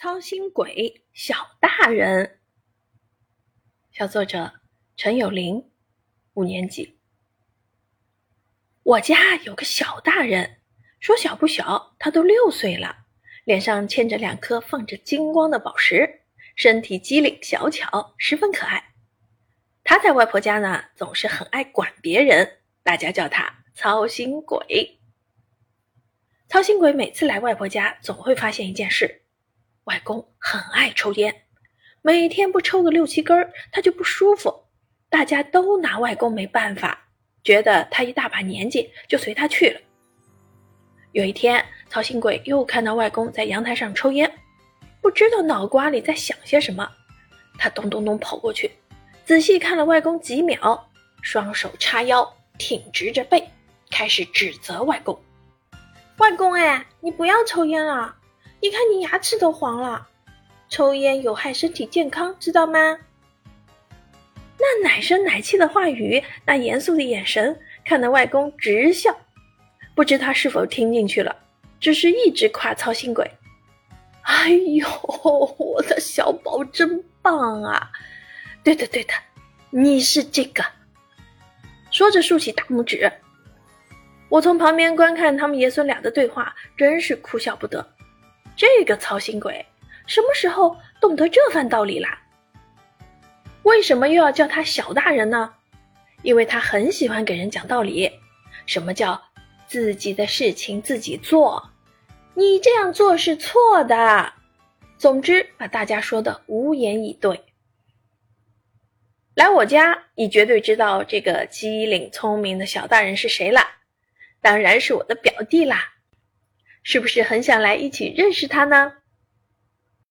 操心鬼小大人，小作者陈有龄，5年级。我家有个小大人，说小不小，他都6岁了，脸上嵌着2颗放着金光的宝石，身体机灵小巧，十分可爱。他在外婆家呢，总是很爱管别人，大家叫他操心鬼。操心鬼每次来外婆家，总会发现一件事：外公很爱抽烟，每天不抽个6、7根，他就不舒服。大家都拿外公没办法，觉得他一大把年纪，就随他去了。有一天，操心鬼又看到外公在阳台上抽烟，不知道脑瓜里在想些什么，他咚咚咚跑过去，仔细看了外公几秒，双手叉腰，挺直着背，开始指责外公：外公你不要抽烟了，你看你牙齿都黄了，抽烟有害身体健康，知道吗？那奶声奶气的话语，那严肃的眼神，看得外公直笑。不知他是否听进去了，只是一直夸操心鬼：哎呦，我的小宝真棒啊，对的，你是这个。说着竖起大拇指。我从旁边观看他们爷孙俩的对话，真是哭笑不得。这个操心鬼什么时候懂得这番道理啦？为什么又要叫他小大人呢？因为他很喜欢给人讲道理。什么叫自己的事情自己做，你这样做是错的。总之把大家说得无言以对。来我家，你绝对知道这个机灵聪明的小大人是谁啦，当然是我的表弟啦。是不是很想来一起认识他呢？